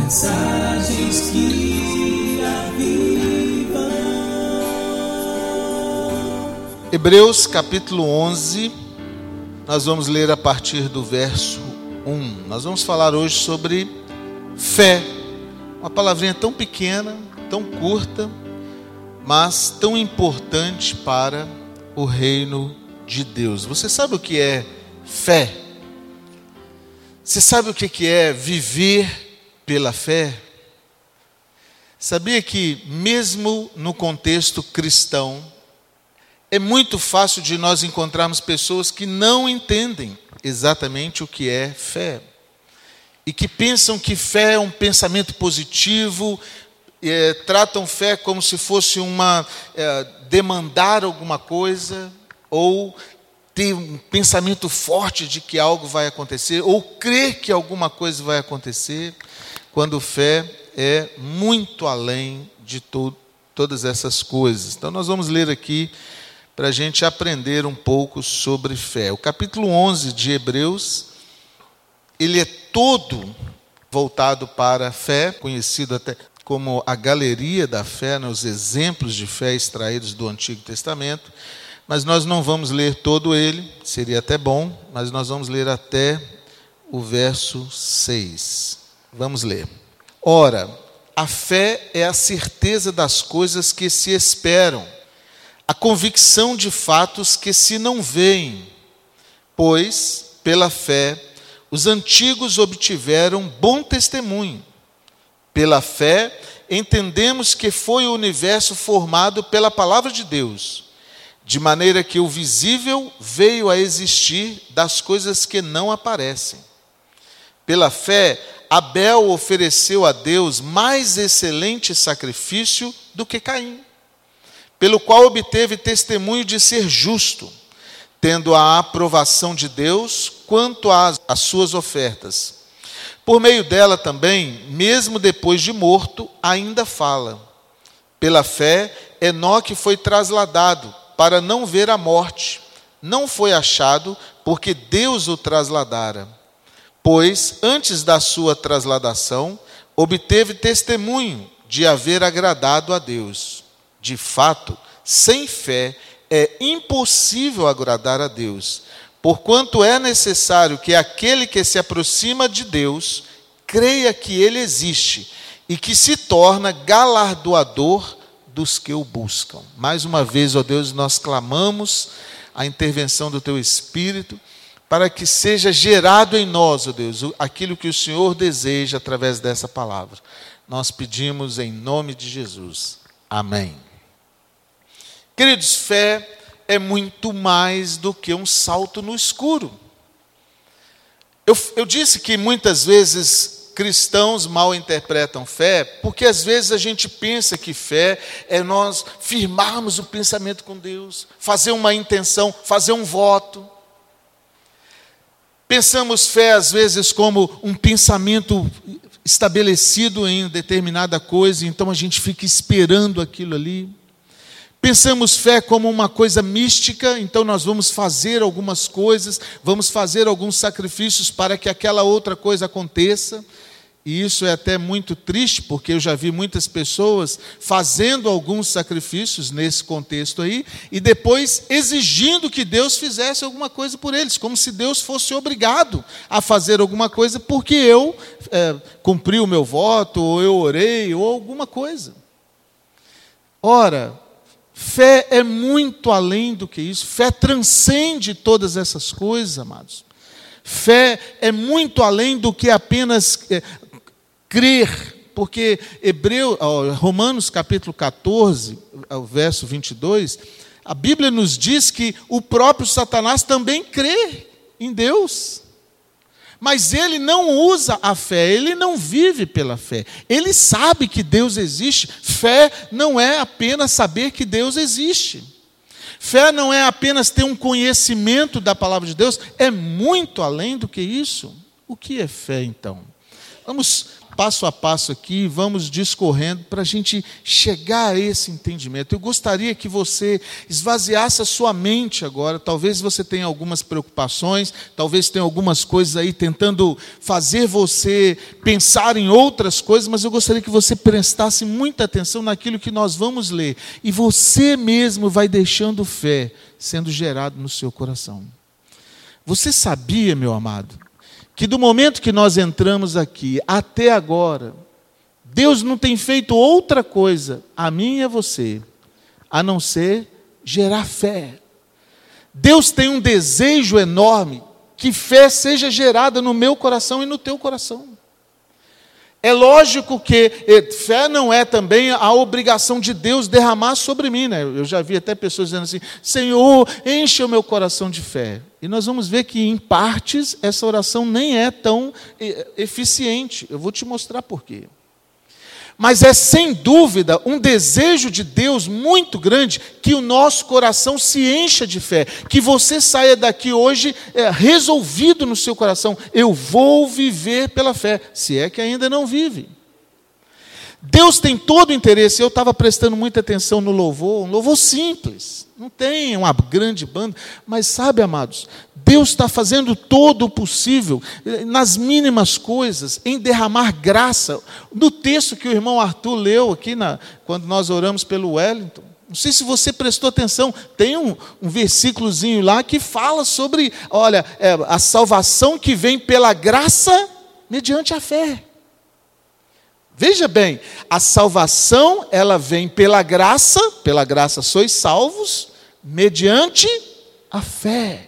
Mensagens que avivam. Hebreus capítulo 11, nós vamos ler a partir do verso 1. Nós vamos falar hoje sobre fé. Uma palavrinha tão pequena, tão curta, mas tão importante para o reino de Deus. Você sabe o que é fé? Você sabe o que é viver pela fé? Sabia que mesmo no contexto cristão, é muito fácil de nós encontrarmos pessoas que não entendem exatamente o que é fé. E que pensam que fé é um pensamento positivo, tratam fé como se fosse demandar alguma coisa, ou ter um pensamento forte de que algo vai acontecer, ou crer que alguma coisa vai acontecer, quando fé é muito além de todas essas coisas. Então nós vamos ler aqui para a gente aprender um pouco sobre fé. O capítulo 11 de Hebreus, ele é todo voltado para a fé, conhecido até como a galeria da fé, os exemplos de fé extraídos do Antigo Testamento. Mas nós não vamos ler todo ele, seria até bom, mas nós vamos ler até o verso 6. Vamos ler. Ora, a fé é a certeza das coisas que se esperam, a convicção de fatos que se não veem, pois, pela fé, os antigos obtiveram bom testemunho. Pela fé, entendemos que foi o universo formado pela palavra de Deus, de maneira que o visível veio a existir das coisas que não aparecem. Pela fé, Abel ofereceu a Deus mais excelente sacrifício do que Caim, pelo qual obteve testemunho de ser justo, tendo a aprovação de Deus quanto às suas ofertas. Por meio dela também, mesmo depois de morto, ainda fala. Pela fé, Enoque foi trasladado para não ver a morte. Não foi achado, porque Deus o trasladara. Pois, antes da sua trasladação, obteve testemunho de haver agradado a Deus. De fato, sem fé é impossível agradar a Deus, porquanto é necessário que aquele que se aproxima de Deus creia que Ele existe e que se torna galardoador dos que o buscam. Mais uma vez, ó Deus, nós clamamos a intervenção do Teu Espírito para que seja gerado em nós, ó Deus, aquilo que o Senhor deseja através dessa palavra. Nós pedimos em nome de Jesus. Amém. Queridos, fé é muito mais do que um salto no escuro. Eu disse que muitas vezes cristãos mal interpretam fé, porque às vezes a gente pensa que fé é nós firmarmos o pensamento com Deus, fazer uma intenção, fazer um voto. Pensamos fé às vezes como um pensamento estabelecido em determinada coisa, então a gente fica esperando aquilo ali. Pensamos fé como uma coisa mística, então nós vamos fazer algumas coisas, vamos fazer alguns sacrifícios para que aquela outra coisa aconteça. E isso é até muito triste, porque eu já vi muitas pessoas fazendo alguns sacrifícios nesse contexto aí, e depois exigindo que Deus fizesse alguma coisa por eles, como se Deus fosse obrigado a fazer alguma coisa, porque eu cumpri o meu voto, ou eu orei, ou alguma coisa. Ora, fé é muito além do que isso. Fé transcende todas essas coisas, amados. Fé é muito além do que apenas crer, porque Romanos capítulo 14, verso 22, a Bíblia nos diz que o próprio Satanás também crê em Deus. Mas ele não usa a fé, ele não vive pela fé. Ele sabe que Deus existe. Fé não é apenas saber que Deus existe. Fé não é apenas ter um conhecimento da palavra de Deus, é muito além do que isso. O que é fé, então? Vamos passo a passo aqui, vamos discorrendo para a gente chegar a esse entendimento. Eu gostaria que você esvaziasse a sua mente agora. Talvez você tenha algumas preocupações, talvez tenha algumas coisas aí tentando fazer você pensar em outras coisas, mas eu gostaria que você prestasse muita atenção naquilo que nós vamos ler. E você mesmo vai deixando fé sendo gerado no seu coração. Você sabia, meu amado, que do momento que nós entramos aqui até agora, Deus não tem feito outra coisa, a mim e a você, a não ser gerar fé. Deus tem um desejo enorme que fé seja gerada no meu coração e no teu coração. É lógico que fé não é também a obrigação de Deus derramar sobre mim, né? Eu já vi até pessoas dizendo assim: Senhor, enche o meu coração de fé. E nós vamos ver que, em partes, essa oração nem é tão eficiente. Eu vou te mostrar por quê. Mas é, sem dúvida, um desejo de Deus muito grande que o nosso coração se encha de fé. Que você saia daqui hoje resolvido no seu coração: eu vou viver pela fé, se é que ainda não vive. Deus tem todo o interesse. Eu estava prestando muita atenção no louvor, um louvor simples, não tem uma grande banda, mas sabe, amados, Deus está fazendo todo o possível, nas mínimas coisas, em derramar graça. No texto que o irmão Arthur leu aqui, quando nós oramos pelo Wellington, não sei se você prestou atenção, tem um versículozinho lá que fala sobre, olha, a salvação que vem pela graça mediante a fé. Veja bem, a salvação, ela vem pela graça sois salvos, mediante a fé.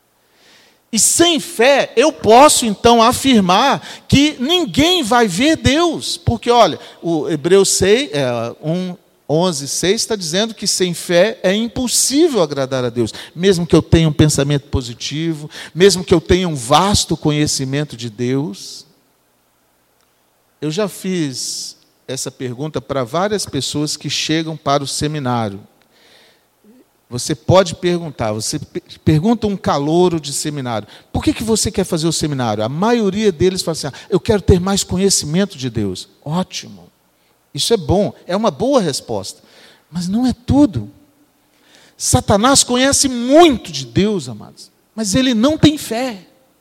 E sem fé, eu posso então afirmar que ninguém vai ver Deus. Porque, olha, o Hebreus 6, 11:6 está dizendo que sem fé é impossível agradar a Deus. Mesmo que eu tenha um pensamento positivo, mesmo que eu tenha um vasto conhecimento de Deus. Eu já fiz essa pergunta para várias pessoas que chegam para o seminário. Você pode perguntar, você pergunta um calouro de seminário: por que você quer fazer o seminário? A maioria deles fala assim: eu quero ter mais conhecimento de Deus. Ótimo, isso é bom, é uma boa resposta. Mas não é tudo. Satanás conhece muito de Deus, amados, mas ele não tem fé.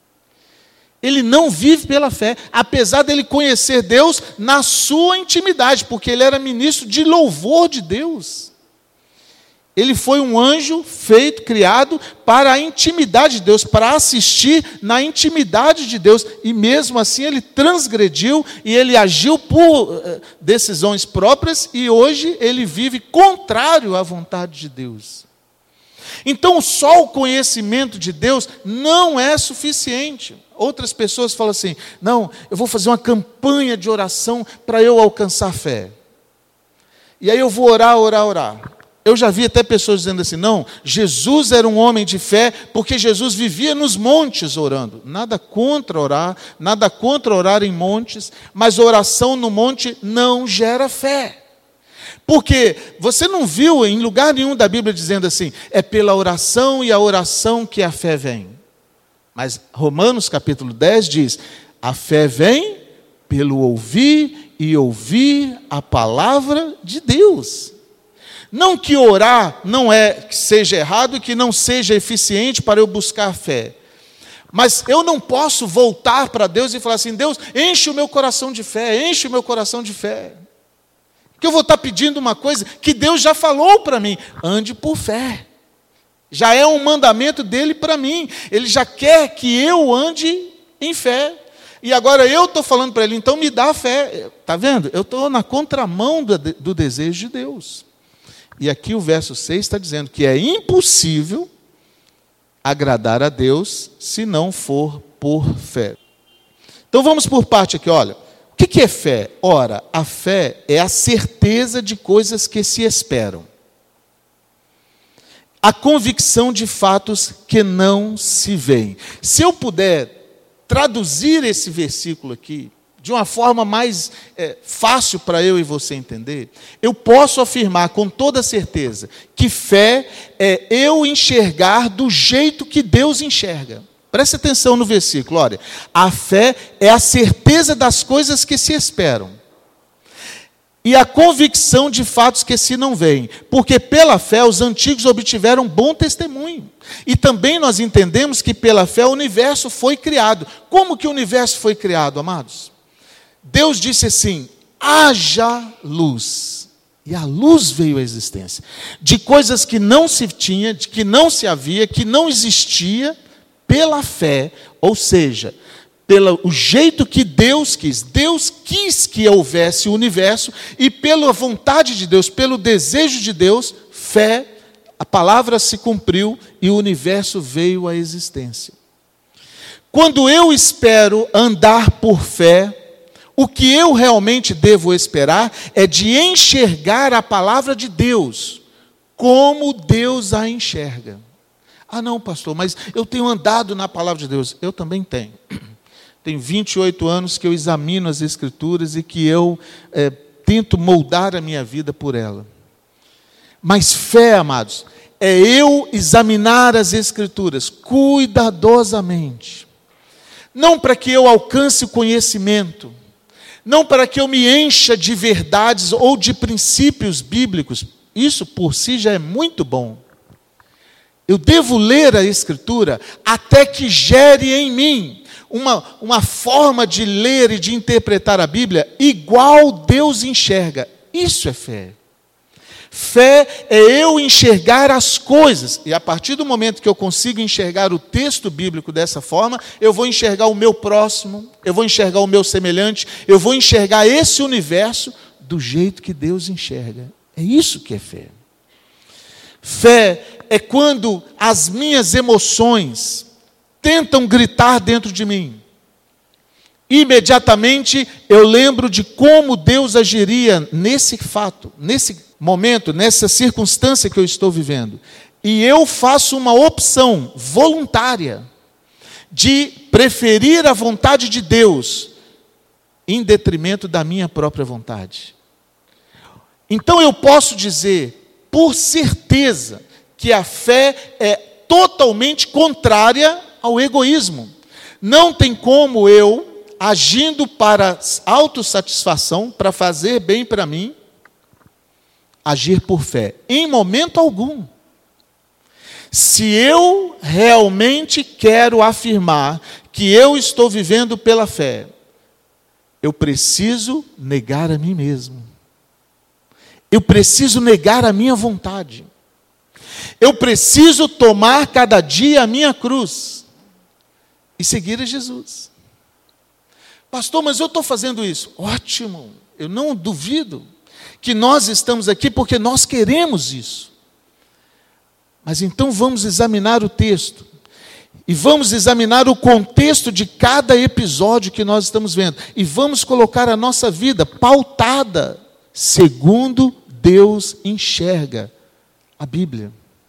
Ele não vive pela fé, apesar dele conhecer Deus na sua intimidade, porque ele era ministro de louvor de Deus. Ele foi um anjo criado para a intimidade de Deus, para assistir na intimidade de Deus. E mesmo assim ele transgrediu e ele agiu por decisões próprias, e hoje ele vive contrário à vontade de Deus. Então, só o conhecimento de Deus não é suficiente. Outras pessoas falam assim: não, eu vou fazer uma campanha de oração para eu alcançar fé. E aí eu vou orar. Eu já vi até pessoas dizendo assim: não, Jesus era um homem de fé porque Jesus vivia nos montes orando. Nada contra orar em montes, mas oração no monte não gera fé. Porque você não viu em lugar nenhum da Bíblia dizendo assim: é pela oração e a oração que a fé vem. Mas Romanos capítulo 10 diz: a fé vem pelo ouvir e ouvir a palavra de Deus. Não que orar não seja errado e que não seja eficiente para eu buscar fé. Mas eu não posso voltar para Deus e falar assim: Deus, enche o meu coração de fé, enche o meu coração de fé. Que eu vou estar pedindo uma coisa que Deus já falou para mim: ande por fé. Já é um mandamento dele para mim. Ele já quer que eu ande em fé. E agora eu estou falando para ele: então me dá fé. Está vendo? Eu estou na contramão do desejo de Deus. E aqui o verso 6 está dizendo que é impossível agradar a Deus se não for por fé. Então vamos por parte aqui, olha. O que é fé? Ora, a fé é a certeza de coisas que se esperam. A convicção de fatos que não se veem. Se eu puder traduzir esse versículo aqui de uma forma mais fácil para eu e você entender, eu posso afirmar com toda certeza que fé é eu enxergar do jeito que Deus enxerga. Preste atenção no versículo, olha. A fé é a certeza das coisas que se esperam e a convicção de fatos que se não veem, porque pela fé os antigos obtiveram bom testemunho. E também nós entendemos que pela fé o universo foi criado. Como que o universo foi criado, amados? Deus disse assim: haja luz. E a luz veio à existência. De coisas que não se tinha, que não se havia, que não existia, pela fé, ou seja, pelo jeito que Deus quis que houvesse o universo, e pela vontade de Deus, pelo desejo de Deus, fé, a palavra se cumpriu e o universo veio à existência. Quando eu espero andar por fé, o que eu realmente devo esperar é de enxergar a palavra de Deus, como Deus a enxerga. Ah não, pastor, mas eu tenho andado na palavra de Deus. Eu também tenho. Tenho 28 anos que eu examino as Escrituras e que eu tento moldar a minha vida por ela. Mas fé, amados, é eu examinar as Escrituras cuidadosamente. Não para que eu alcance o conhecimento, não para que eu me encha de verdades ou de princípios bíblicos. Isso por si já é muito bom. Eu devo ler a Escritura até que gere em mim uma forma de ler e de interpretar a Bíblia igual Deus enxerga. Isso é fé. Fé é eu enxergar as coisas. E a partir do momento que eu consigo enxergar o texto bíblico dessa forma, eu vou enxergar o meu próximo, eu vou enxergar o meu semelhante, eu vou enxergar esse universo do jeito que Deus enxerga. É isso que é fé. Fé é quando as minhas emoções tentam gritar dentro de mim. Imediatamente eu lembro de como Deus agiria nesse fato, nesse momento, nessa circunstância que eu estou vivendo. E eu faço uma opção voluntária de preferir a vontade de Deus em detrimento da minha própria vontade. Então eu posso dizer, por certeza, que a fé é totalmente contrária ao egoísmo. Não tem como eu, agindo para autossatisfação, para fazer bem para mim, agir por fé. Em momento algum. Se eu realmente quero afirmar que eu estou vivendo pela fé, eu preciso negar a mim mesmo. Eu preciso negar a minha vontade. Eu preciso tomar cada dia a minha cruz e seguir a Jesus. Pastor, mas eu estou fazendo isso. Ótimo, eu não duvido que nós estamos aqui porque nós queremos isso. Mas então vamos examinar o texto. E vamos examinar o contexto de cada episódio que nós estamos vendo. E vamos colocar a nossa vida pautada segundo Deus enxerga a Bíblia.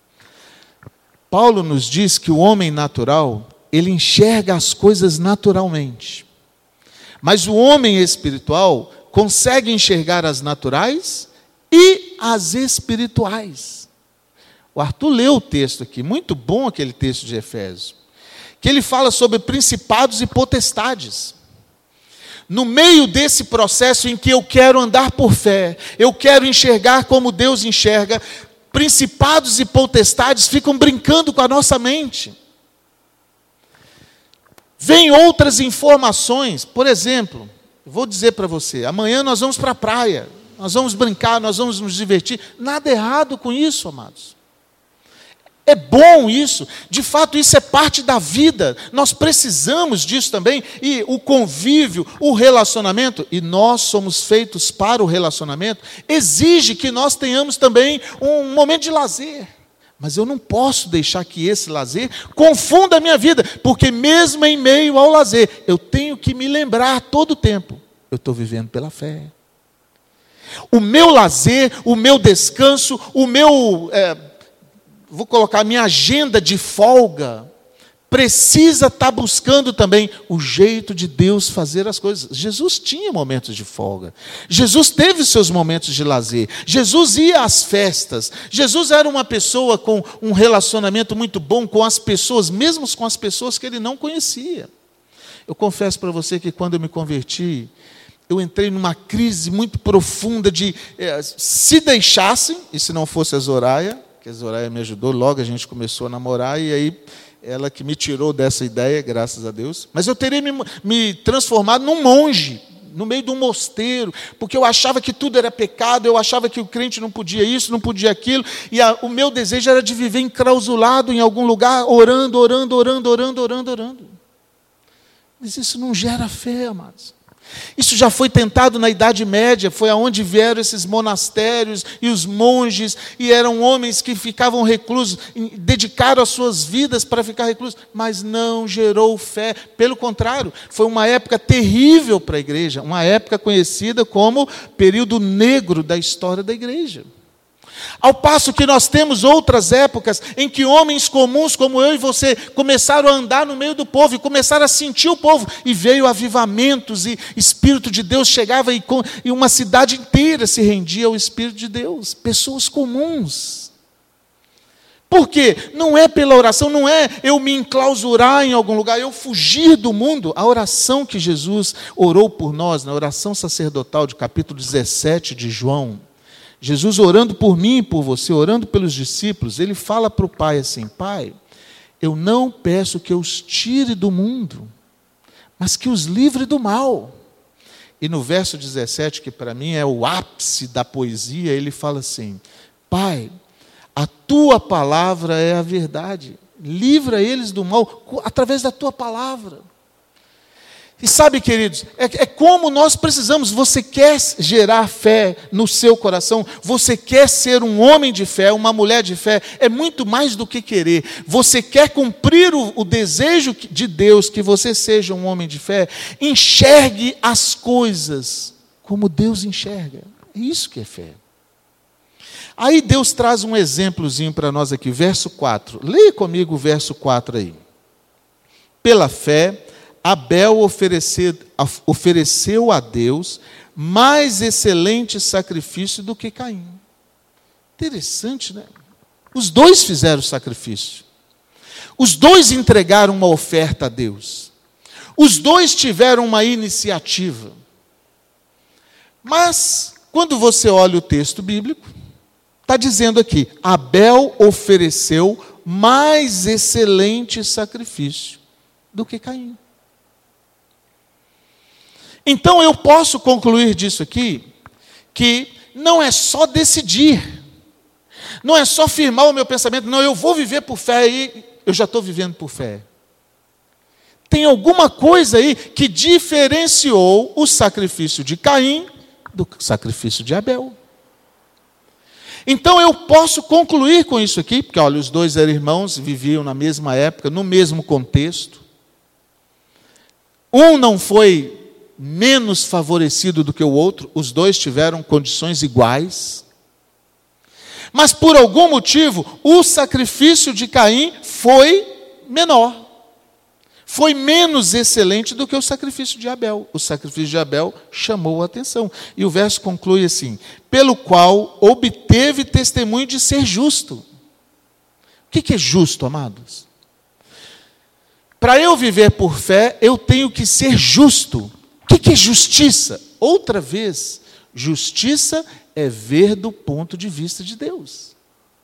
Paulo nos diz que o homem natural, ele enxerga as coisas naturalmente. Mas o homem espiritual consegue enxergar as naturais e as espirituais. O Arthur leu o texto aqui, muito bom aquele texto de Efésios, que ele fala sobre principados e potestades. No meio desse processo em que eu quero andar por fé, eu quero enxergar como Deus enxerga, principados e potestades ficam brincando com a nossa mente. Vem outras informações, por exemplo, vou dizer para você, amanhã nós vamos para a praia, nós vamos brincar, nós vamos nos divertir. Nada errado com isso, amados. É bom isso, de fato isso é parte da vida, nós precisamos disso também, e o convívio, o relacionamento, e nós somos feitos para o relacionamento, exige que nós tenhamos também um momento de lazer, mas eu não posso deixar que esse lazer confunda a minha vida, porque mesmo em meio ao lazer, eu tenho que me lembrar todo o tempo, eu estou vivendo pela fé. O meu lazer, o meu descanso, vou colocar a minha agenda de folga, precisa estar buscando também o jeito de Deus fazer as coisas. Jesus tinha momentos de folga. Jesus teve seus momentos de lazer. Jesus ia às festas. Jesus era uma pessoa com um relacionamento muito bom com as pessoas, mesmo com as pessoas que ele não conhecia. Eu confesso para você que quando eu me converti, eu entrei numa crise muito profunda de se deixassem, e se não fosse a Zoraia, que a Zoraia me ajudou, logo a gente começou a namorar, e aí ela que me tirou dessa ideia, graças a Deus. Mas eu teria me transformado num monge, no meio de um mosteiro, porque eu achava que tudo era pecado, eu achava que o crente não podia isso, não podia aquilo, e o meu desejo era de viver enclausulado em algum lugar, orando. Mas isso não gera fé, amados. Isso já foi tentado na Idade Média, foi aonde vieram esses monastérios e os monges, e eram homens que ficavam reclusos, dedicaram as suas vidas para ficar reclusos, mas não gerou fé. Pelo contrário, foi uma época terrível para a igreja, uma época conhecida como período negro da história da igreja. Ao passo que nós temos outras épocas em que homens comuns como eu e você começaram a andar no meio do povo e começaram a sentir o povo, e veio avivamentos e Espírito de Deus chegava e uma cidade inteira se rendia ao Espírito de Deus, pessoas comuns. Por quê? Não é pela oração, não é eu me enclausurar em algum lugar, eu fugir do mundo. A oração que Jesus orou por nós, na oração sacerdotal de capítulo 17 de João, Jesus orando por mim e por você, orando pelos discípulos, ele fala para o Pai assim: Pai, eu não peço que os tire do mundo, mas que os livre do mal. E no verso 17, que para mim é o ápice da poesia, ele fala assim: Pai, a tua palavra é a verdade, livra eles do mal através da tua palavra. E sabe, queridos, é como nós precisamos. Você quer gerar fé no seu coração, você quer ser um homem de fé, uma mulher de fé, é muito mais do que querer. Você quer cumprir o desejo de Deus, que você seja um homem de fé, enxergue as coisas como Deus enxerga. É isso que é fé. Aí Deus traz um exemplozinho para nós aqui, verso 4. Leia comigo o verso 4 aí. Pela fé, Abel ofereceu a Deus mais excelente sacrifício do que Caim. Interessante, né? Os dois fizeram sacrifício. Os dois entregaram uma oferta a Deus. Os dois tiveram uma iniciativa. Mas, quando você olha o texto bíblico, está dizendo aqui: Abel ofereceu mais excelente sacrifício do que Caim. Então eu posso concluir disso aqui, que não é só decidir, não é só firmar o meu pensamento, não, eu vou viver por fé, e eu já estou vivendo por fé. Tem alguma coisa aí que diferenciou o sacrifício de Caim do sacrifício de Abel. Então eu posso concluir com isso aqui, porque olha, os dois eram irmãos, viviam na mesma época, no mesmo contexto. Um não foi menos favorecido do que o outro, os dois tiveram condições iguais. Mas por algum motivo, o sacrifício de Caim foi menor. Foi menos excelente do que o sacrifício de Abel. O sacrifício de Abel chamou a atenção. E o verso conclui assim: pelo qual obteve testemunho de ser justo. O que é justo, amados? Para eu viver por fé, eu tenho que ser justo. O que é justiça? Outra vez, justiça é ver do ponto de vista de Deus.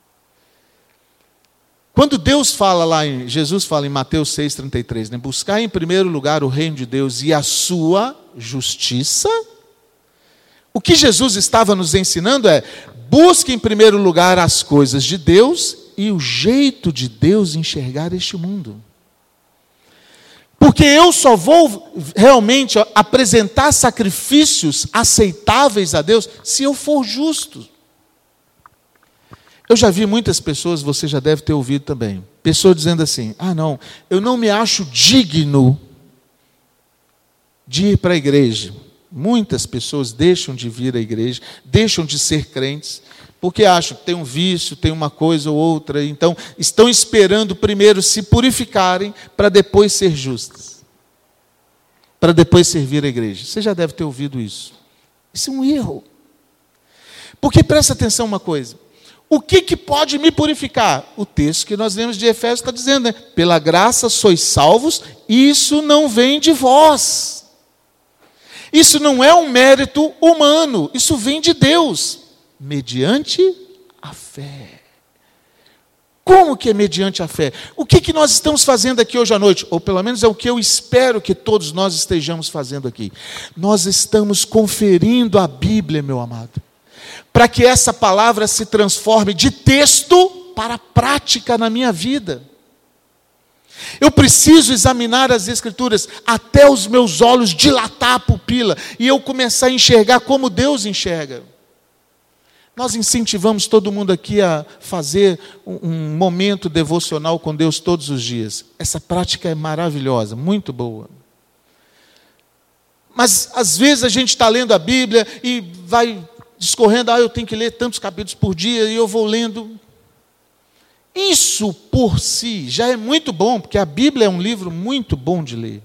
Quando Deus fala lá, Jesus fala em Mateus 6,33, né? Buscar em primeiro lugar o reino de Deus e a sua justiça. O que Jesus estava nos ensinando é: busque em primeiro lugar as coisas de Deus e o jeito de Deus enxergar este mundo. Porque eu só vou realmente apresentar sacrifícios aceitáveis a Deus se eu for justo. Eu já vi muitas pessoas, você já deve ter ouvido também, pessoas dizendo assim: não, eu não me acho digno de ir para a igreja. Muitas pessoas deixam de vir à igreja, deixam de ser crentes, porque acham que tem um vício, tem uma coisa ou outra, então estão esperando primeiro se purificarem para depois ser justas, para depois servir a igreja. Você já deve ter ouvido isso. Isso é um erro. Porque presta atenção uma coisa, o que pode me purificar? O texto que nós lemos de Efésios está dizendo, né? Pela graça sois salvos, isso não vem de vós. Isso não é um mérito humano, isso vem de Deus, mediante a fé. Como que é mediante a fé? O que nós estamos fazendo aqui hoje à noite? Ou pelo menos é o que eu espero que todos nós estejamos fazendo aqui. Nós estamos conferindo a Bíblia, meu amado, para que essa palavra se transforme de texto para prática na minha vida. Eu preciso examinar as Escrituras até os meus olhos dilatar a pupila e eu começar a enxergar como Deus enxerga. Nós incentivamos todo mundo aqui a fazer um momento devocional com Deus todos os dias. Essa prática é maravilhosa, muito boa. Mas às vezes a gente está lendo a Bíblia e vai discorrendo, eu tenho que ler tantos capítulos por dia e eu vou lendo. Isso por si já é muito bom, porque a Bíblia é um livro muito bom de ler.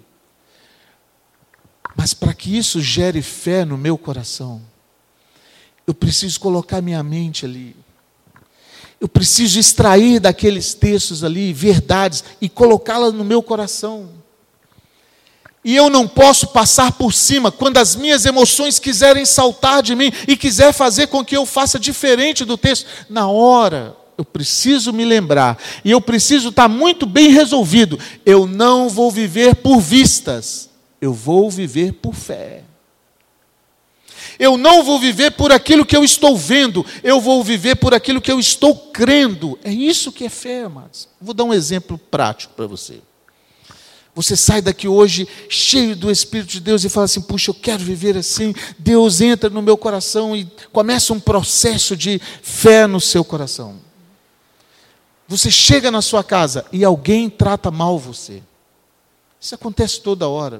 Mas para que isso gere fé no meu coração, eu preciso colocar minha mente ali. Eu preciso extrair daqueles textos ali verdades e colocá-las no meu coração. E eu não posso passar por cima quando as minhas emoções quiserem saltar de mim e quiser fazer com que eu faça diferente do texto. Na hora, eu preciso me lembrar e eu preciso estar muito bem resolvido. Eu não vou viver por vistas, eu vou viver por fé. Eu não vou viver por aquilo que eu estou vendo, eu vou viver por aquilo que eu estou crendo. É isso que é fé, amados. Vou dar um exemplo prático para você. Você sai daqui hoje cheio do Espírito de Deus e fala assim, puxa, eu quero viver assim. Deus entra no meu coração e começa um processo de fé no seu coração. Você chega na sua casa e alguém trata mal você. Isso acontece toda hora.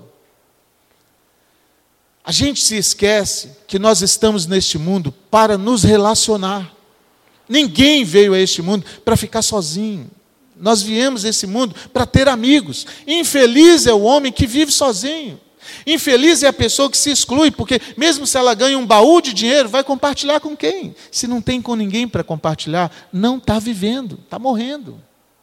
A gente se esquece que nós estamos neste mundo para nos relacionar. Ninguém veio a este mundo para ficar sozinho. Nós viemos a esse mundo para ter amigos. Infeliz é o homem que vive sozinho. Infeliz é a pessoa que se exclui, porque mesmo se ela ganha um baú de dinheiro, vai compartilhar com quem? Se não tem com ninguém para compartilhar, não está vivendo, está morrendo.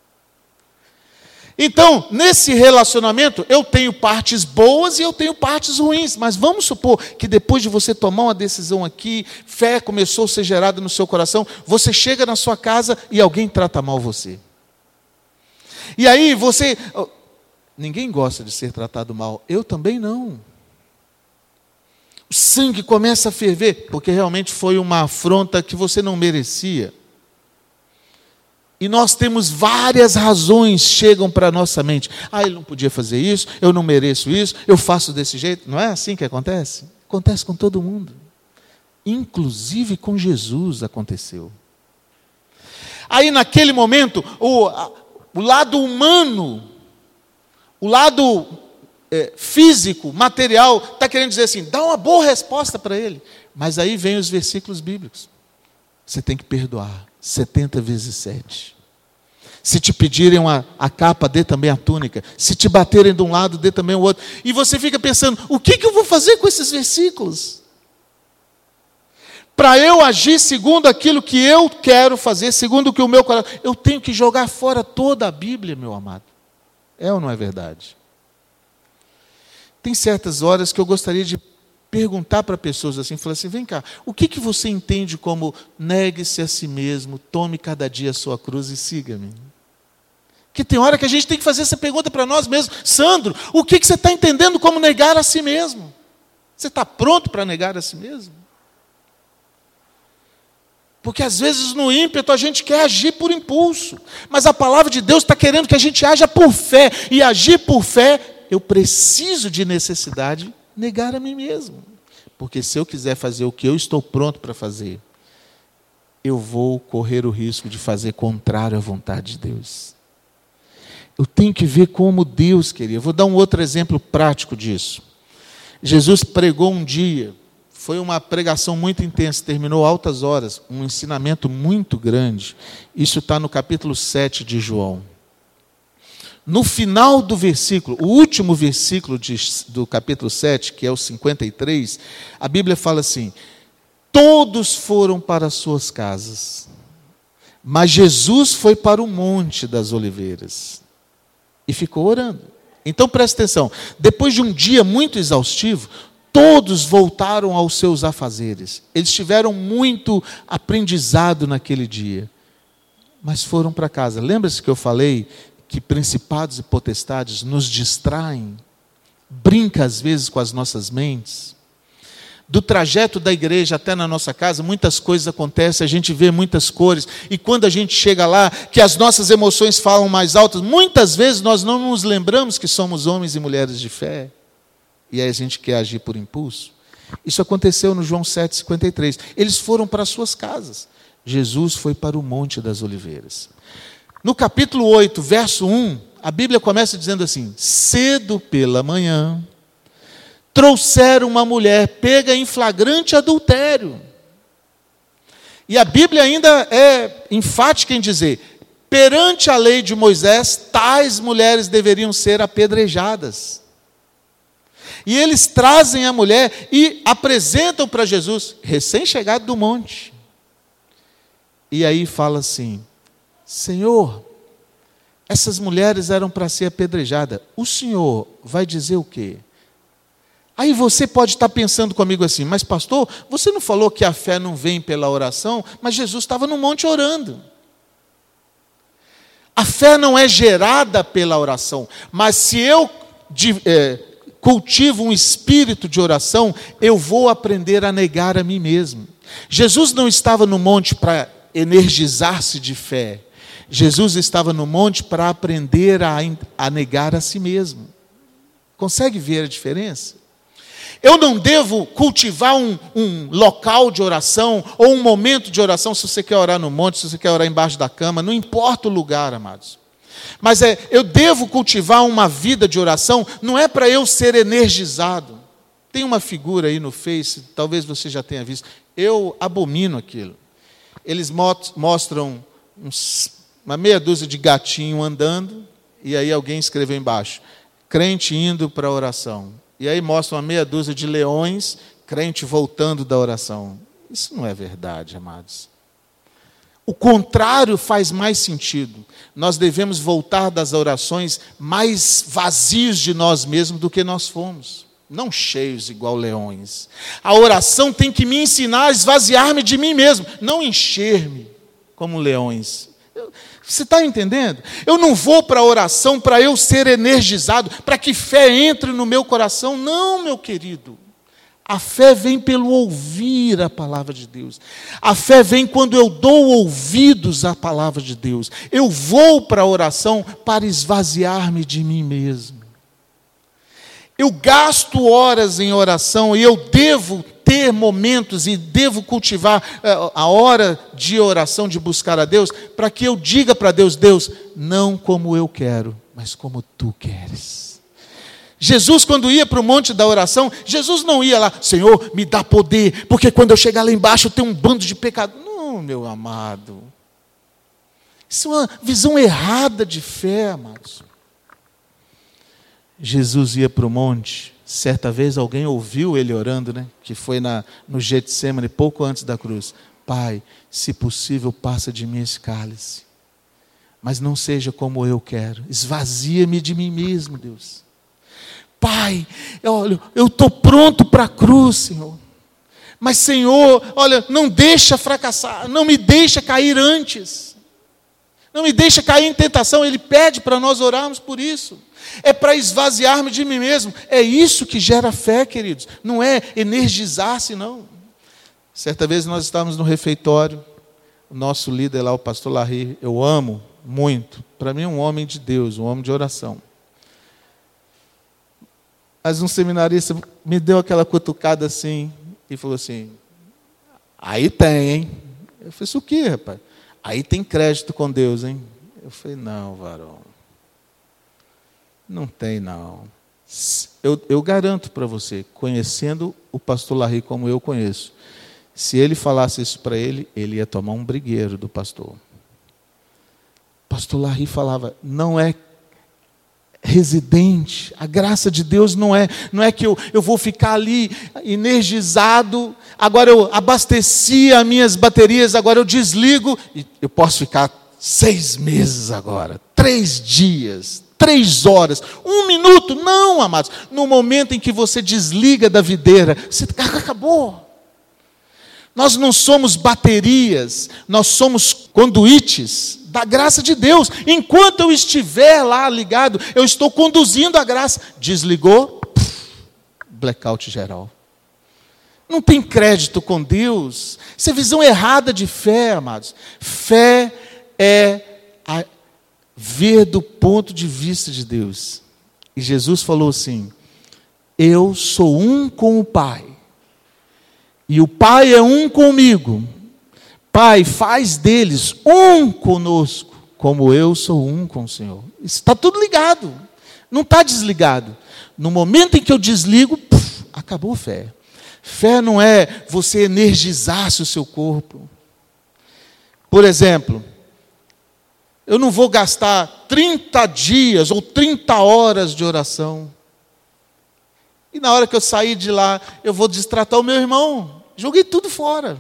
Então, nesse relacionamento, eu tenho partes boas e eu tenho partes ruins. Mas vamos supor que depois de você tomar uma decisão aqui, fé começou a ser gerada no seu coração, você chega na sua casa e alguém trata mal você. E aí você... Ninguém gosta de ser tratado mal. Eu também não. O sangue começa a ferver, porque realmente foi uma afronta que você não merecia. E nós temos várias razões que chegam para a nossa mente. Ele não podia fazer isso, eu não mereço isso, eu faço desse jeito. Não é assim que acontece? Acontece com todo mundo. Inclusive com Jesus aconteceu. Aí naquele momento, o lado humano, o lado físico, material, está querendo dizer assim, dá uma boa resposta para ele. Mas aí vem os versículos bíblicos. Você tem que perdoar 70 vezes 7. Se te pedirem a capa, dê também a túnica. Se te baterem de um lado, dê também o outro. E você fica pensando, o que eu vou fazer com esses versículos? Para eu agir segundo aquilo que eu quero fazer, segundo o que o meu coração... Eu tenho que jogar fora toda a Bíblia, meu amado. É ou não é verdade? Tem certas horas que eu gostaria de perguntar para pessoas assim, falar assim, vem cá, o que você entende como negue-se a si mesmo, tome cada dia a sua cruz e siga-me? Que tem hora que a gente tem que fazer essa pergunta para nós mesmos. Sandro, o que você está entendendo como negar a si mesmo? Você está pronto para negar a si mesmo? Porque às vezes no ímpeto a gente quer agir por impulso, mas a palavra de Deus está querendo que a gente haja por fé, e agir por fé, eu preciso de necessidade negar a mim mesmo. Porque se eu quiser fazer o que eu estou pronto para fazer, eu vou correr o risco de fazer contrário à vontade de Deus. Eu tenho que ver como Deus queria. Eu vou dar um outro exemplo prático disso. Jesus pregou um dia, Foi uma pregação muito intensa, terminou altas horas, um ensinamento muito grande. Isso está no capítulo 7 de João. No final do versículo, o último versículo do capítulo 7, que é o 53, a Bíblia fala assim: todos foram para as suas casas, mas Jesus foi para o Monte das Oliveiras e ficou orando. Então presta atenção, depois de um dia muito exaustivo, todos voltaram aos seus afazeres. Eles tiveram muito aprendizado naquele dia, mas foram para casa. Lembra-se que eu falei que principados e potestades nos distraem, brinca às vezes com as nossas mentes? Do trajeto da igreja até na nossa casa, muitas coisas acontecem, a gente vê muitas cores, e quando a gente chega lá, que as nossas emoções falam mais altas, muitas vezes nós não nos lembramos que somos homens e mulheres de fé, e aí a gente quer agir por impulso. Isso aconteceu no João 7,53. Eles foram para as suas casas, Jesus foi para o Monte das Oliveiras. No capítulo 8, verso 1, a Bíblia começa dizendo assim: cedo pela manhã, trouxeram uma mulher pega em flagrante adultério. E a Bíblia ainda é enfática em dizer: perante a lei de Moisés, tais mulheres deveriam ser apedrejadas. E eles trazem a mulher e apresentam para Jesus, recém-chegado do monte. E aí fala assim: Senhor, essas mulheres eram para ser apedrejadas, o Senhor vai dizer o quê? Aí você pode estar pensando comigo assim: mas pastor, você não falou que a fé não vem pela oração? Mas Jesus estava no monte orando. A fé não é gerada pela oração, mas se eu cultivo um espírito de oração, eu vou aprender a negar a mim mesmo. Jesus não estava no monte para energizar-se de fé. Jesus estava no monte para aprender a negar a si mesmo. Consegue ver a diferença? Eu não devo cultivar um local de oração ou um momento de oração, se você quer orar no monte, se você quer orar embaixo da cama, não importa o lugar, amados. Mas eu devo cultivar uma vida de oração, não é para eu ser energizado. Tem uma figura aí no Face, talvez você já tenha visto, eu abomino aquilo. Eles mostram uma meia dúzia de gatinho andando, e aí alguém escreveu embaixo: crente indo para a oração. E aí mostra uma meia dúzia de leões, crente voltando da oração. Isso não é verdade, amados. O contrário faz mais sentido. Nós devemos voltar das orações mais vazios de nós mesmos do que nós fomos. Não cheios igual leões. A oração tem que me ensinar a esvaziar-me de mim mesmo, não encher-me como leões. Você está entendendo? Eu não vou para a oração para eu ser energizado, para que fé entre no meu coração. Não, meu querido. A fé vem pelo ouvir a palavra de Deus. A fé vem quando eu dou ouvidos à palavra de Deus. Eu vou para a oração para esvaziar-me de mim mesmo. Eu gasto horas em oração e eu devo ter momentos e devo cultivar a hora de oração, de buscar a Deus, para que eu diga para Deus: Deus, não como eu quero, mas como Tu queres. Jesus, quando ia para o monte da oração, Jesus não ia lá: Senhor, me dá poder, porque quando eu chegar lá embaixo eu tenho um bando de pecado. Não, meu amado. Isso é uma visão errada de fé, amados. Jesus ia para o monte. Certa vez alguém ouviu ele orando, né? Que foi no Getsemane, pouco antes da cruz: Pai, se possível, passa de mim esse cálice, mas não seja como eu quero. Esvazia-me de mim mesmo, Deus. Pai, olha, eu estou pronto para a cruz, Senhor. Mas, Senhor, olha, não deixa fracassar, não me deixa cair antes. Não me deixa cair em tentação. Ele pede para nós orarmos por isso. É para esvaziar-me de mim mesmo. É isso que gera fé, queridos. Não é energizar-se, não. Certa vez nós estávamos no refeitório. O nosso líder lá, o pastor Larry, eu amo muito. Para mim é um homem de Deus, um homem de oração. Mas um seminarista me deu aquela cutucada assim e falou assim: aí tem, hein? Eu falei: isso o quê, rapaz? Aí tem crédito com Deus, hein? Eu falei: não, varão. Não tem, não. Eu garanto para você, conhecendo o pastor Larry como eu conheço, se ele falasse isso para ele, ele ia tomar um brigueiro do pastor. O pastor Larry falava, não é residente, a graça de Deus não é que eu vou ficar ali energizado, agora eu abasteci as minhas baterias, agora eu desligo, e eu posso ficar 6 meses agora, 3 dias, 3 horas, 1 minuto. Não, amados, no momento em que você desliga da videira, você acabou. Nós não somos baterias, nós somos conduítes da graça de Deus. Enquanto eu estiver lá ligado, eu estou conduzindo a graça. Desligou, blackout geral. Não tem crédito com Deus. Isso é visão errada de fé, amados. Fé é ver do ponto de vista de Deus. E Jesus falou assim, eu sou um com o Pai. E o Pai é um comigo. Pai, faz deles um conosco, como eu sou um com o Senhor. Isso está tudo ligado, não está desligado. No momento em que eu desligo, acabou a fé. Fé não é você energizar o seu corpo. Por exemplo, eu não vou gastar 30 dias ou 30 horas de oração. E na hora que eu sair de lá, eu vou destratar o meu irmão. Joguei tudo fora.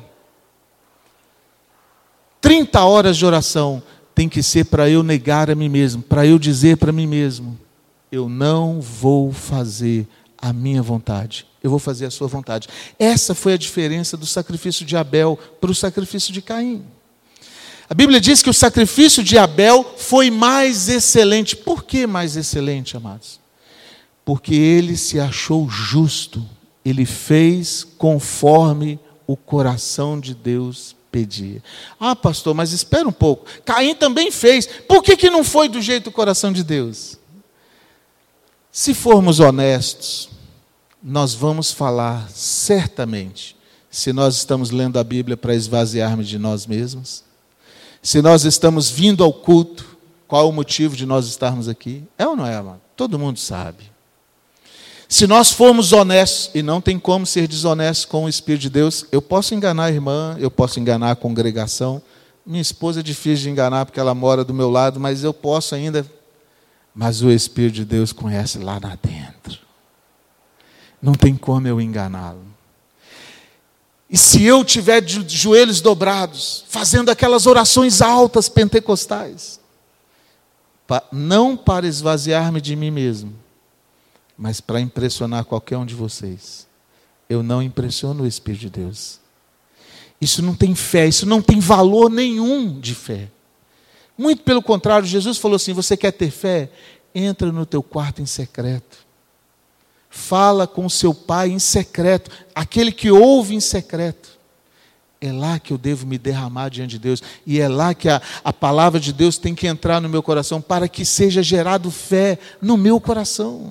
30 horas de oração tem que ser para eu negar a mim mesmo, para eu dizer para mim mesmo, eu não vou fazer a minha vontade, eu vou fazer a sua vontade. Essa foi a diferença do sacrifício de Abel para o sacrifício de Caim. A Bíblia diz que o sacrifício de Abel foi mais excelente. Por que mais excelente, amados? Porque ele se achou justo, ele fez conforme o coração de Deus pedia. Ah, pastor, mas espera um pouco, Caim também fez, por que não foi do jeito do coração de Deus? Se formos honestos, nós vamos falar certamente, se nós estamos lendo a Bíblia para esvaziarmos de nós mesmos, se nós estamos vindo ao culto, qual é o motivo de nós estarmos aqui? É ou não é, amado? Todo mundo sabe. Se nós formos honestos, e não tem como ser desonesto com o Espírito de Deus, eu posso enganar a irmã, eu posso enganar a congregação, minha esposa é difícil de enganar porque ela mora do meu lado, mas eu posso ainda, mas o Espírito de Deus conhece lá dentro, não tem como eu enganá-lo. E se eu tiver de joelhos dobrados, fazendo aquelas orações altas pentecostais, não para esvaziar-me de mim mesmo, mas para impressionar qualquer um de vocês, eu não impressiono o Espírito de Deus. Isso não tem fé, isso não tem valor nenhum de fé. Muito pelo contrário, Jesus falou assim, você quer ter fé? Entra no teu quarto em secreto. Fala com o seu pai em secreto, aquele que ouve em secreto. É lá que eu devo me derramar diante de Deus, e é lá que a palavra de Deus tem que entrar no meu coração, para que seja gerado fé no meu coração.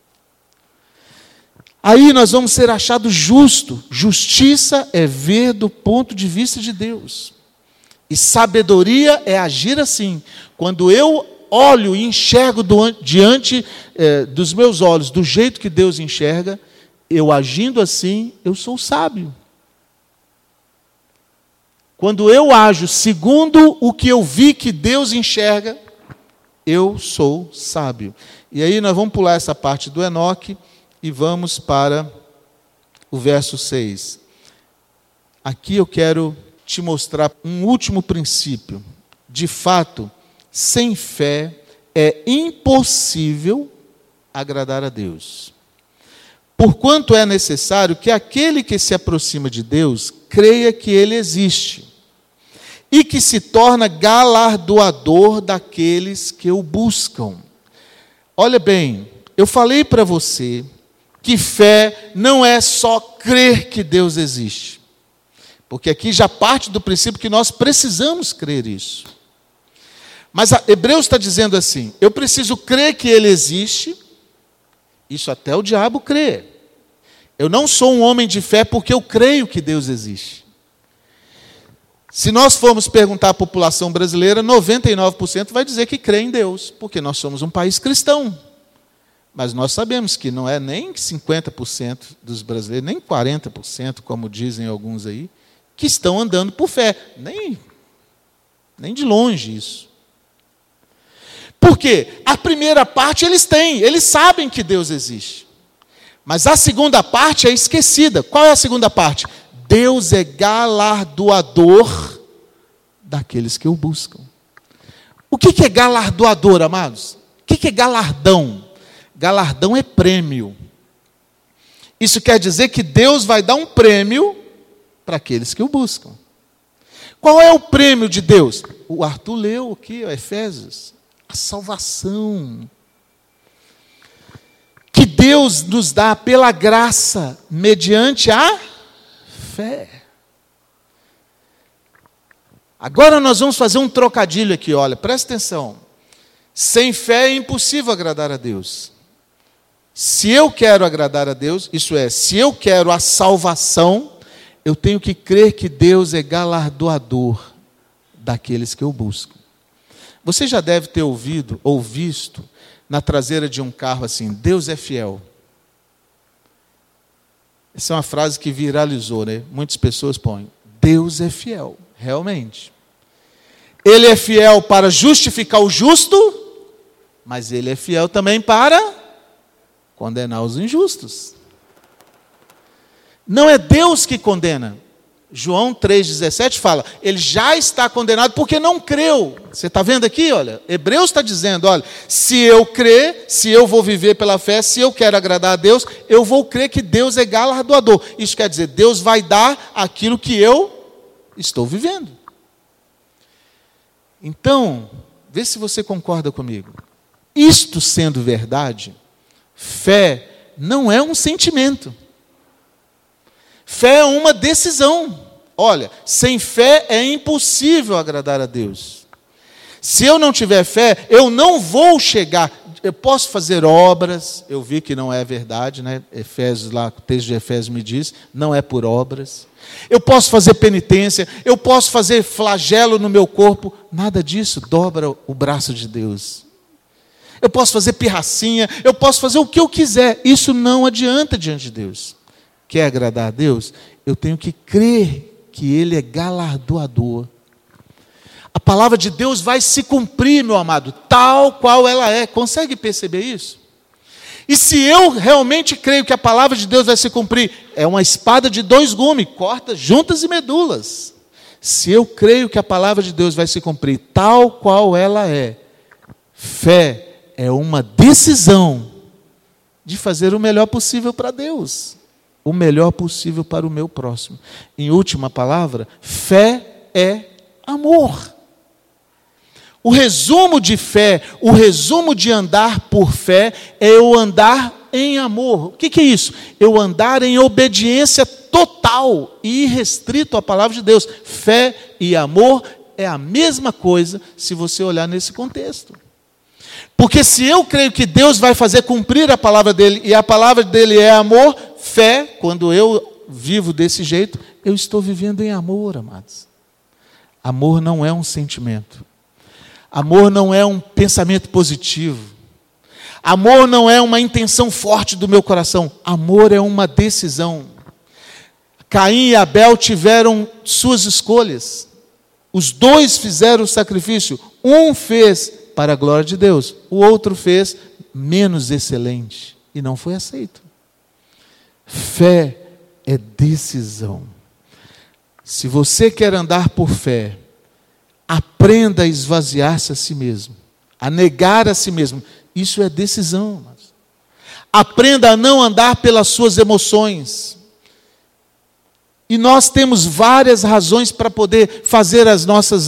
Aí nós vamos ser achados justos. Justiça é ver do ponto de vista de Deus. E sabedoria é agir assim. Quando eu olho e enxergo diante dos meus olhos, do jeito que Deus enxerga, eu agindo assim, eu sou sábio. Quando eu ajo segundo o que eu vi que Deus enxerga, eu sou sábio. E aí nós vamos pular essa parte do Enoque, e vamos para o verso 6. Aqui eu quero te mostrar um último princípio. De fato, sem fé é impossível agradar a Deus. Porquanto é necessário que aquele que se aproxima de Deus creia que Ele existe e que se torna galardoador daqueles que o buscam. Olha bem, eu falei para você que fé não é só crer que Deus existe. Porque aqui já parte do princípio que nós precisamos crer isso. Mas Hebreus está dizendo assim, eu preciso crer que Ele existe, isso até o diabo crê. Eu não sou um homem de fé porque eu creio que Deus existe. Se nós formos perguntar à população brasileira, 99% vai dizer que crê em Deus, porque nós somos um país cristão. Mas nós sabemos que não é nem 50% dos brasileiros, nem 40%, como dizem alguns aí, que estão andando por fé. Nem de longe isso. Por quê? A primeira parte eles têm, eles sabem que Deus existe. Mas a segunda parte é esquecida. Qual é a segunda parte? Deus é galardoador daqueles que o buscam. O que é galardoador, amados? O que é galardão? Galardão é prêmio. Isso quer dizer que Deus vai dar um prêmio para aqueles que o buscam. Qual é o prêmio de Deus? O Arthur leu aqui, Efésios. A salvação. Que Deus nos dá pela graça, mediante a fé. Agora nós vamos fazer um trocadilho aqui, olha, presta atenção. Sem fé é impossível agradar a Deus. Se eu quero agradar a Deus, isso é, se eu quero a salvação, eu tenho que crer que Deus é galardoador daqueles que eu busco. Você já deve ter ouvido ou visto na traseira de um carro assim, Deus é fiel. Essa é uma frase que viralizou, né? Muitas pessoas põem, Deus é fiel, realmente. Ele é fiel para justificar o justo, mas Ele é fiel também para condenar os injustos. Não é Deus que condena. João 3,17 fala, ele já está condenado porque não creu. Você está vendo aqui, olha, Hebreus está dizendo, olha, se eu crer, se eu vou viver pela fé, se eu quero agradar a Deus, eu vou crer que Deus é galardoador. Isso quer dizer, Deus vai dar aquilo que eu estou vivendo. Então, vê se você concorda comigo. Isto sendo verdade, fé não é um sentimento. Fé é uma decisão. Olha, sem fé é impossível agradar a Deus. Se eu não tiver fé, eu não vou chegar. Eu posso fazer obras, eu vi que não é verdade, né? Efésios lá, o texto de Efésios me diz, não é por obras. Eu posso fazer penitência, eu posso fazer flagelo no meu corpo, nada disso dobra o braço de Deus. Eu posso fazer pirracinha, eu posso fazer o que eu quiser, isso não adianta diante de Deus. Quer agradar a Deus? Eu tenho que crer que Ele é galardoador. A palavra de Deus vai se cumprir, meu amado, tal qual ela é. Consegue perceber isso? E se eu realmente creio que a palavra de Deus vai se cumprir, é uma espada de dois gumes, corta juntas e medulas. Se eu creio que a palavra de Deus vai se cumprir tal qual ela é, fé é uma decisão de fazer o melhor possível para Deus. O melhor possível para o meu próximo. Em última palavra, fé é amor. O resumo de fé, o resumo de andar por fé, é eu andar em amor. O que é isso? Eu andar em obediência total e irrestrito à palavra de Deus. Fé e amor é a mesma coisa se você olhar nesse contexto. Porque se eu creio que Deus vai fazer cumprir a palavra dele, e a palavra dele é amor, fé, quando eu vivo desse jeito, eu estou vivendo em amor, amados. Amor não é um sentimento. Amor não é um pensamento positivo. Amor não é uma intenção forte do meu coração. Amor é uma decisão. Caim e Abel tiveram suas escolhas. Os dois fizeram o sacrifício. Um fez para a glória de Deus. O outro fez menos excelente. E não foi aceito. Fé é decisão. Se você quer andar por fé, aprenda a esvaziar-se a si mesmo, a negar a si mesmo. Isso é decisão. Mas aprenda a não andar pelas suas emoções. E nós temos várias razões para poder fazer as nossas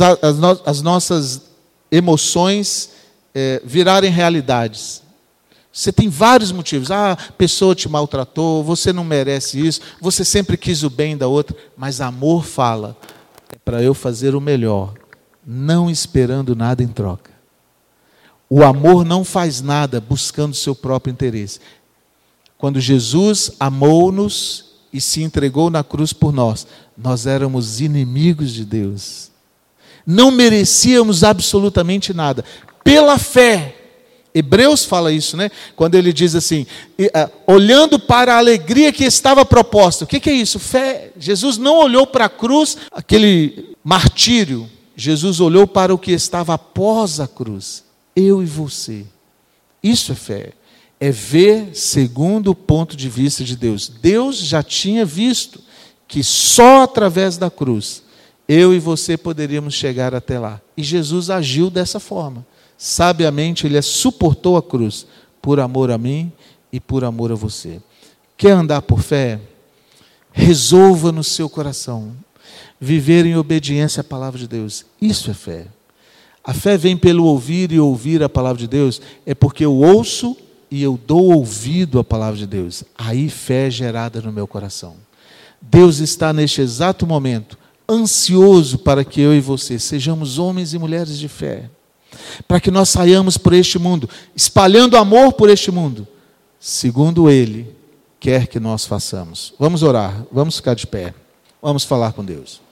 emoções virarem realidades. Você tem vários motivos. A pessoa te maltratou, você não merece isso, você sempre quis o bem da outra. Mas amor fala, é para eu fazer o melhor, não esperando nada em troca. O amor não faz nada buscando o seu próprio interesse. Quando Jesus amou-nos e se entregou na cruz por nós, nós éramos inimigos de Deus. Não merecíamos absolutamente nada. Pela fé, Hebreus fala isso, né? Quando ele diz assim, olhando para a alegria que estava proposta. O que é isso? Fé. Jesus não olhou para a cruz, aquele martírio. Jesus olhou para o que estava após a cruz. Eu e você. Isso é fé. É ver segundo o ponto de vista de Deus. Deus já tinha visto que só através da cruz eu e você poderíamos chegar até lá. E Jesus agiu dessa forma. Sabiamente ele suportou a cruz por amor a mim e por amor a você. Quer andar por fé? Resolva no seu coração viver em obediência à palavra de Deus. Isso é fé. A fé vem pelo ouvir, e ouvir a palavra de Deus é porque eu ouço e eu dou ouvido à palavra de Deus. Aí fé é gerada no meu coração. Deus está neste exato momento ansioso para que eu e você sejamos homens e mulheres de fé, para que nós saiamos por este mundo, espalhando amor por este mundo, segundo Ele quer que nós façamos. Vamos orar, vamos ficar de pé, vamos falar com Deus.